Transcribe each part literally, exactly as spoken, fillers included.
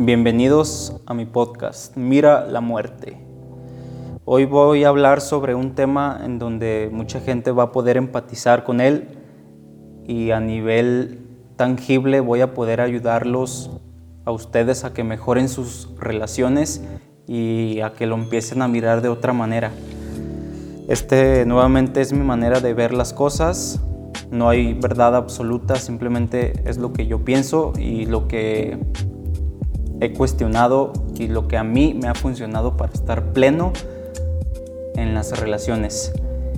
Bienvenidos a mi podcast, Mira la muerte. Hoy voy a hablar sobre un tema en donde mucha gente va a poder empatizar con él y a nivel tangible voy a poder ayudarlos a ustedes a que mejoren sus relaciones y a que lo empiecen a mirar de otra manera. Este nuevamente es mi manera de ver las cosas. No hay verdad absoluta, simplemente es lo que yo pienso y lo que he cuestionado y lo que a mí me ha funcionado para estar pleno en las relaciones.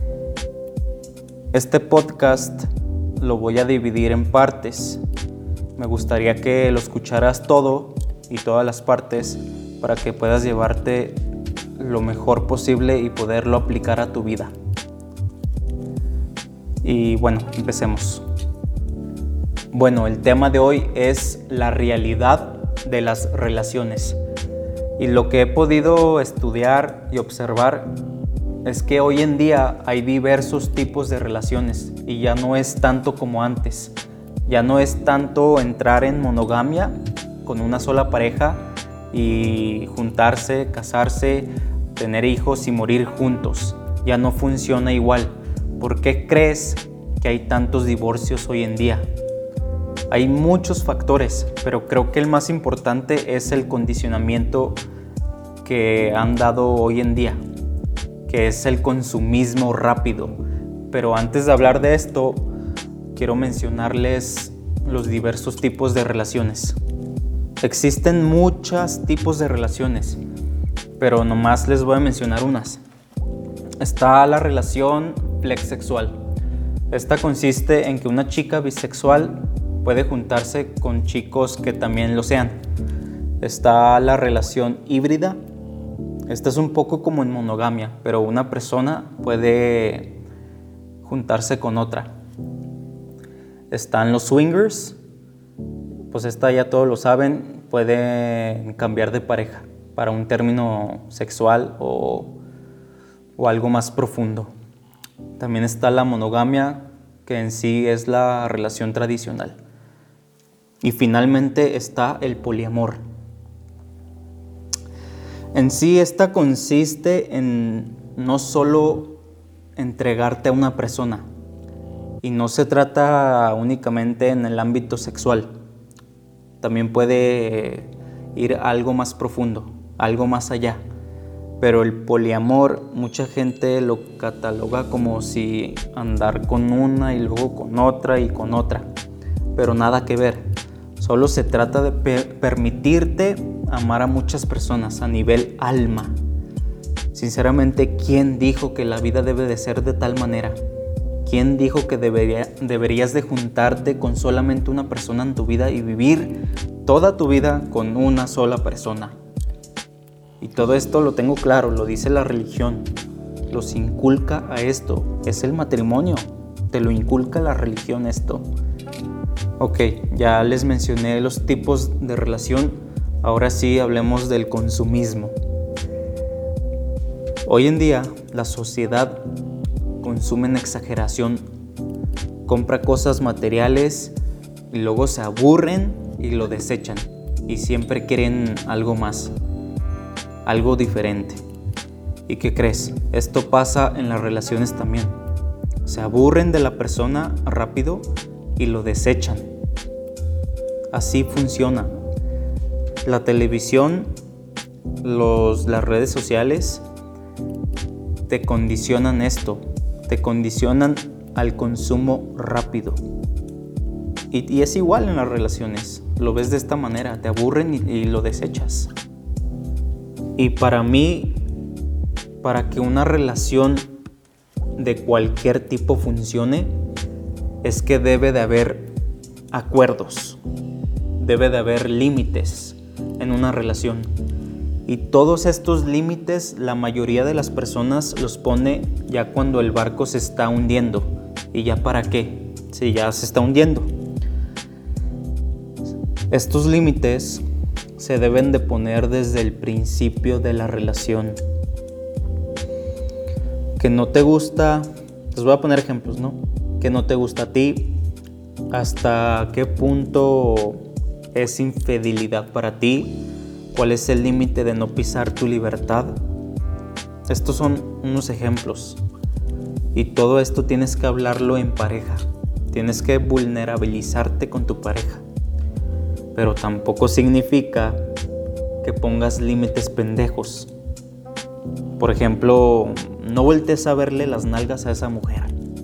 Este podcast lo voy a dividir en partes. Me gustaría que lo escucharas todo y todas las partes para que puedas llevarte lo mejor posible y poderlo aplicar a tu vida. Y bueno, empecemos. Bueno, el tema de hoy es la realidad de las relaciones. Y lo que he podido estudiar y observar es que hoy en día hay diversos tipos de relaciones y ya no es tanto como antes. Ya no es tanto entrar en monogamia con una sola pareja y juntarse, casarse, tener hijos y morir juntos. Ya no funciona igual. ¿Por qué crees que hay tantos divorcios hoy en día? Hay muchos factores, pero creo que el más importante es el condicionamiento que han dado hoy en día, que es el consumismo rápido. Pero antes de hablar de esto, quiero mencionarles los diversos tipos de relaciones. Existen muchos tipos de relaciones, pero nomás les voy a mencionar unas. Está la relación flexsexual. Esta consiste en que una chica bisexual puede juntarse con chicos que también lo sean. Está la relación híbrida. Esta es un poco como en monogamia, pero una persona puede juntarse con otra. Están los swingers. Pues esta ya todos lo saben, pueden cambiar de pareja para un término sexual o, o algo más profundo. También está la monogamia, que en sí es la relación tradicional. Y finalmente está el poliamor. En sí esta consiste en no solo entregarte a una persona, y no se trata únicamente en el ámbito sexual. También puede ir a algo más profundo, algo más allá. Pero el poliamor, mucha gente lo cataloga como si andar con una y luego con otra y con otra. Pero nada que ver. Solo se trata de per- permitirte amar a muchas personas a nivel alma. Sinceramente, ¿quién dijo que la vida debe de ser de tal manera? ¿Quién dijo que debería, deberías de juntarte con solamente una persona en tu vida y vivir toda tu vida con una sola persona? Y todo esto lo tengo claro, lo dice la religión. Los inculca a esto. Es el matrimonio. Te lo inculca la religión esto. Ok, ya les mencioné los tipos de relación. Ahora sí hablemos del consumismo. Hoy en día la sociedad consume en exageración. Compra cosas materiales y luego se aburren y lo desechan. Y siempre quieren algo más, algo diferente. ¿Y qué crees? Esto pasa en las relaciones también. Se aburren de la persona rápido y lo desechan. Así funciona. La televisión, los, las redes sociales te condicionan esto. Te condicionan al consumo rápido. Y, y es igual en las relaciones. Lo ves de esta manera. Te aburren y, y lo desechas. Y para mí, para que una relación de cualquier tipo funcione, es que debe de haber acuerdos, debe de haber límites en una relación. Y todos estos límites, la mayoría de las personas los pone ya cuando el barco se está hundiendo. ¿Y ya para qué? Si ya se está hundiendo. Estos límites se deben de poner desde el principio de la relación. Que no te gusta, les voy a poner ejemplos, ¿no? Que no te gusta a ti, hasta qué punto es infidelidad para ti, ¿Cuál es el límite de no pisar tu libertad? Estos son unos ejemplos. Y todo esto tienes que hablarlo en pareja. Tienes que vulnerabilizarte con tu pareja. Pero tampoco significa que pongas límites pendejos. Por ejemplo, no voltees a verle las nalgas a esa mujer.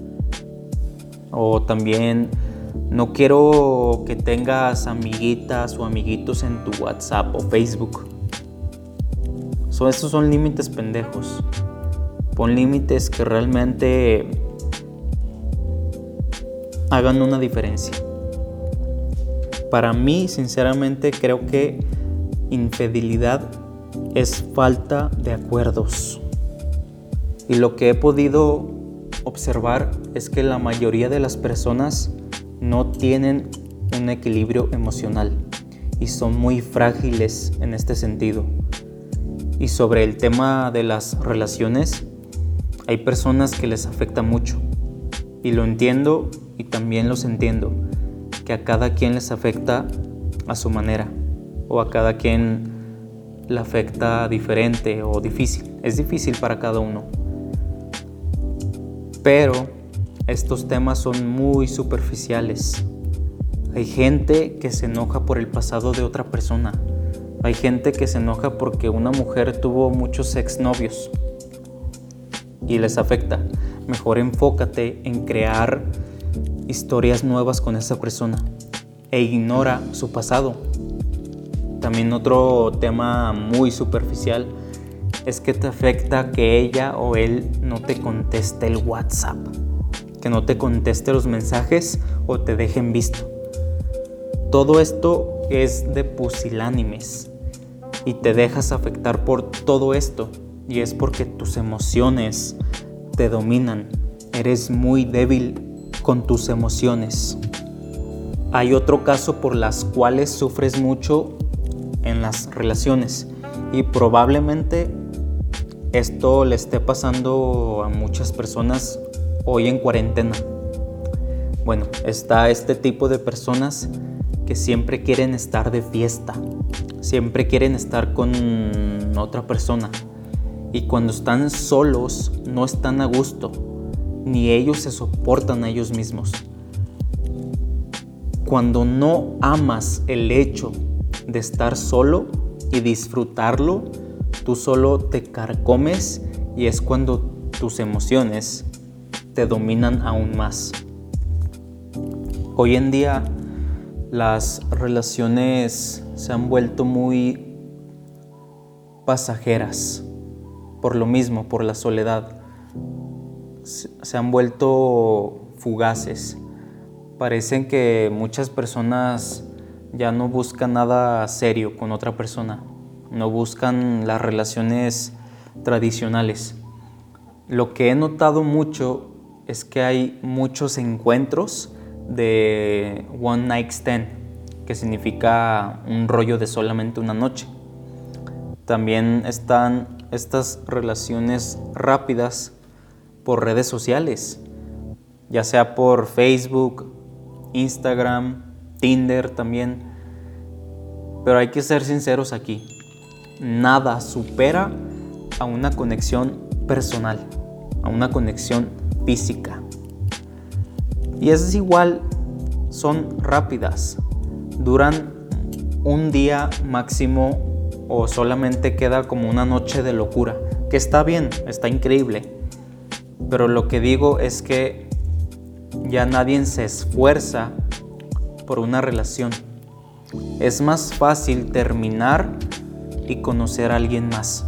O también, no quiero que tengas amiguitas o amiguitos en tu WhatsApp o Facebook. So, estos son límites pendejos. Pon límites que realmente hagan una diferencia. Para mí, sinceramente, creo que infidelidad es falta de acuerdos. Y lo que he podido observar es que la mayoría de las personas no tienen un equilibrio emocional y son muy frágiles en este sentido. Y sobre el tema de las relaciones, hay personas que les afecta mucho. Y lo entiendo y también los entiendo, que a cada quien les afecta a su manera, o a cada quien le afecta diferente o difícil. Es difícil para cada uno. Pero estos temas son muy superficiales. Hay gente que se enoja por el pasado de otra persona. Hay gente que se enoja porque una mujer tuvo muchos exnovios y les afecta. Mejor enfócate en crear historias nuevas con esa persona e ignora su pasado. También otro tema muy superficial es que te afecta que ella o él no te conteste el WhatsApp, que no te conteste los mensajes o te dejen visto. Todo esto es de pusilánimes y te dejas afectar por todo esto, y es porque tus emociones te dominan. Eres muy débil con tus emociones. Hay otro caso por las cuales sufres mucho en las relaciones, y probablemente esto le esté pasando a muchas personas hoy en cuarentena. Bueno, está este tipo de personas que siempre quieren estar de fiesta, siempre quieren estar con otra persona, y cuando están solos no están a gusto, ni ellos se soportan a ellos mismos. Cuando no amas el hecho de estar solo y disfrutarlo, tú solo te carcomes, y es cuando tus emociones te dominan aún más. Hoy en día las relaciones se han vuelto muy pasajeras, por lo mismo, por la soledad. Se han vuelto fugaces. Parecen que muchas personas ya no buscan nada serio con otra persona, no buscan las relaciones tradicionales. Lo que he notado mucho es que hay muchos encuentros de one night stand, que significa un rollo de solamente una noche. También están estas relaciones rápidas por redes sociales, ya sea por Facebook, Instagram, Tinder también. Pero hay que ser sinceros aquí. Nada supera a una conexión personal, a una conexión física. Y es igual, son rápidas, duran un día máximo, o solamente queda como una noche de locura, que está bien, está increíble. Pero lo que digo es que ya nadie se esfuerza por una relación. Es más fácil terminar y conocer a alguien más.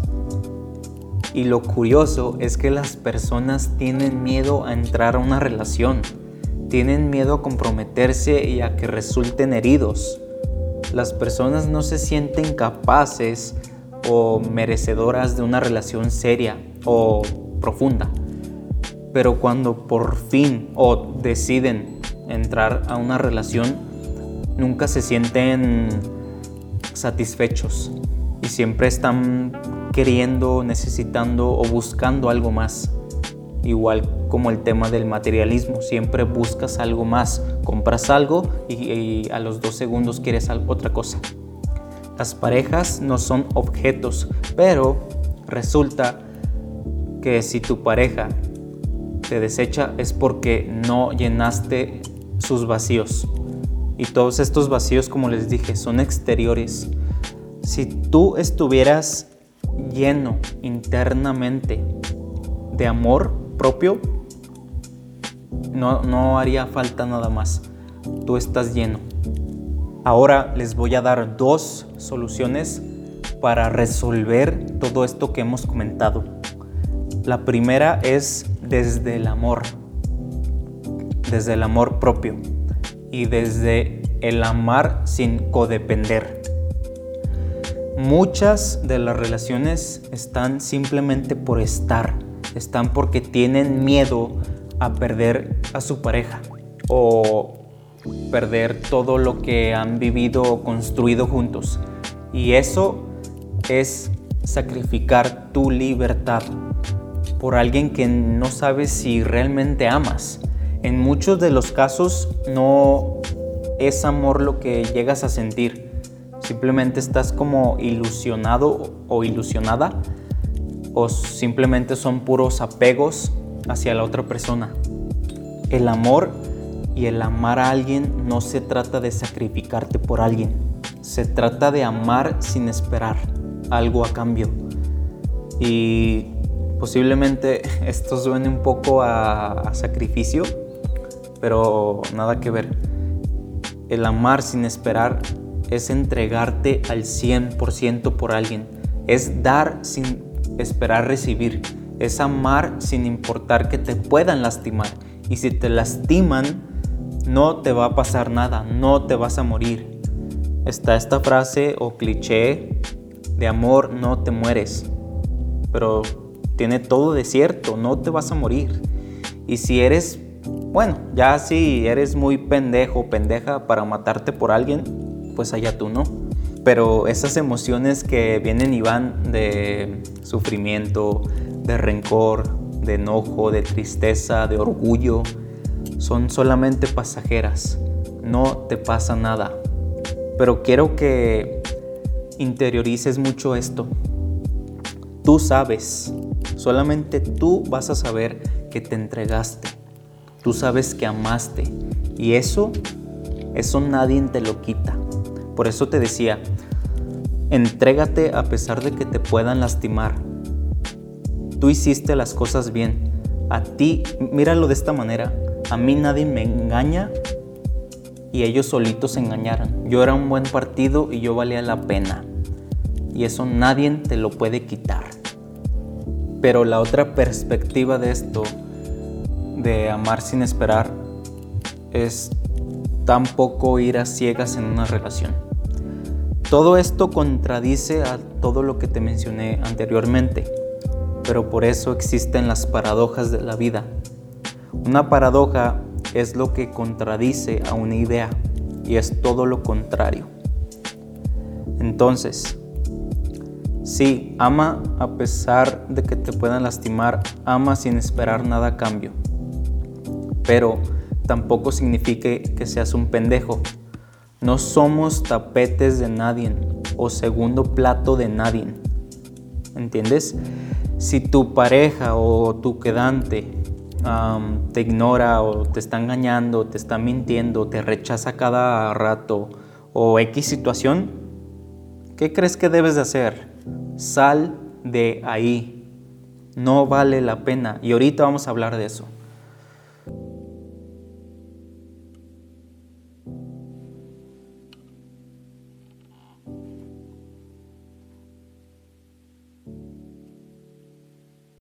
Y lo curioso es que las personas tienen miedo a entrar a una relación. Tienen miedo a comprometerse y a que resulten heridos. Las personas no se sienten capaces o merecedoras de una relación seria o profunda. Pero cuando por fin o deciden entrar a una relación, nunca se sienten satisfechos y siempre están queriendo, necesitando o buscando algo más. Igual como el tema del materialismo, siempre buscas algo más, compras algo y, y a los dos segundos quieres otra cosa. Las parejas no son objetos, pero resulta que si tu pareja te desecha es porque no llenaste sus vacíos. Y todos estos vacíos, como les dije, son exteriores. Si tú estuvieras lleno internamente de amor propio, no, no haría falta nada más. Tú estás lleno. Ahora les voy a dar dos soluciones para resolver todo esto que hemos comentado. La primera es desde el amor, desde el amor propio y desde el amar sin codepender. Muchas de las relaciones están simplemente por estar, están porque tienen miedo a perder a su pareja o perder todo lo que han vivido o construido juntos. Y eso es sacrificar tu libertad por alguien que no sabes si realmente amas. En muchos de los casos no es amor lo que llegas a sentir. Simplemente estás como ilusionado o ilusionada, o simplemente son puros apegos hacia la otra persona. El amor y el amar a alguien no se trata de sacrificarte por alguien. Se trata de amar sin esperar algo a cambio. Y posiblemente esto suene un poco a, a sacrificio, pero nada que ver. El amar sin esperar es entregarte al cien por ciento por alguien. Es dar sin esperar recibir. Es amar sin importar que te puedan lastimar. Y si te lastiman, no te va a pasar nada, no te vas a morir. Está esta frase o cliché de amor, no te mueres. Pero tiene todo de cierto, no te vas a morir. Y si eres, bueno, ya si eres muy pendejo o pendeja para matarte por alguien, pues allá tú, ¿no? Pero esas emociones que vienen y van de sufrimiento, de rencor, de enojo, de tristeza, de orgullo, son solamente pasajeras. No te pasa nada. Pero quiero que interiorices mucho esto. Tú sabes, solamente tú vas a saber que te entregaste. Tú sabes que amaste. Y eso, eso nadie te lo quita. Por eso te decía, entrégate a pesar de que te puedan lastimar. Tú hiciste las cosas bien. A ti, míralo de esta manera, a mí nadie me engaña y ellos solitos se engañaron. Yo era un buen partido y yo valía la pena. Y eso nadie te lo puede quitar. Pero la otra perspectiva de esto, de amar sin esperar, es tampoco ir a ciegas en una relación. Todo esto contradice a todo lo que te mencioné anteriormente, pero por eso existen las paradojas de la vida. Una paradoja es lo que contradice a una idea y es todo lo contrario. Entonces, sí, ama a pesar de que te puedan lastimar, ama sin esperar nada a cambio, pero tampoco significa que seas un pendejo. No somos tapetes de nadie o segundo plato de nadie. ¿Entiendes? Si tu pareja o tu quedante um, te ignora o te está engañando, te está mintiendo, te rechaza cada rato o X situación, ¿qué crees que debes de hacer? Sal de ahí. No vale la pena. Y ahorita vamos a hablar de eso.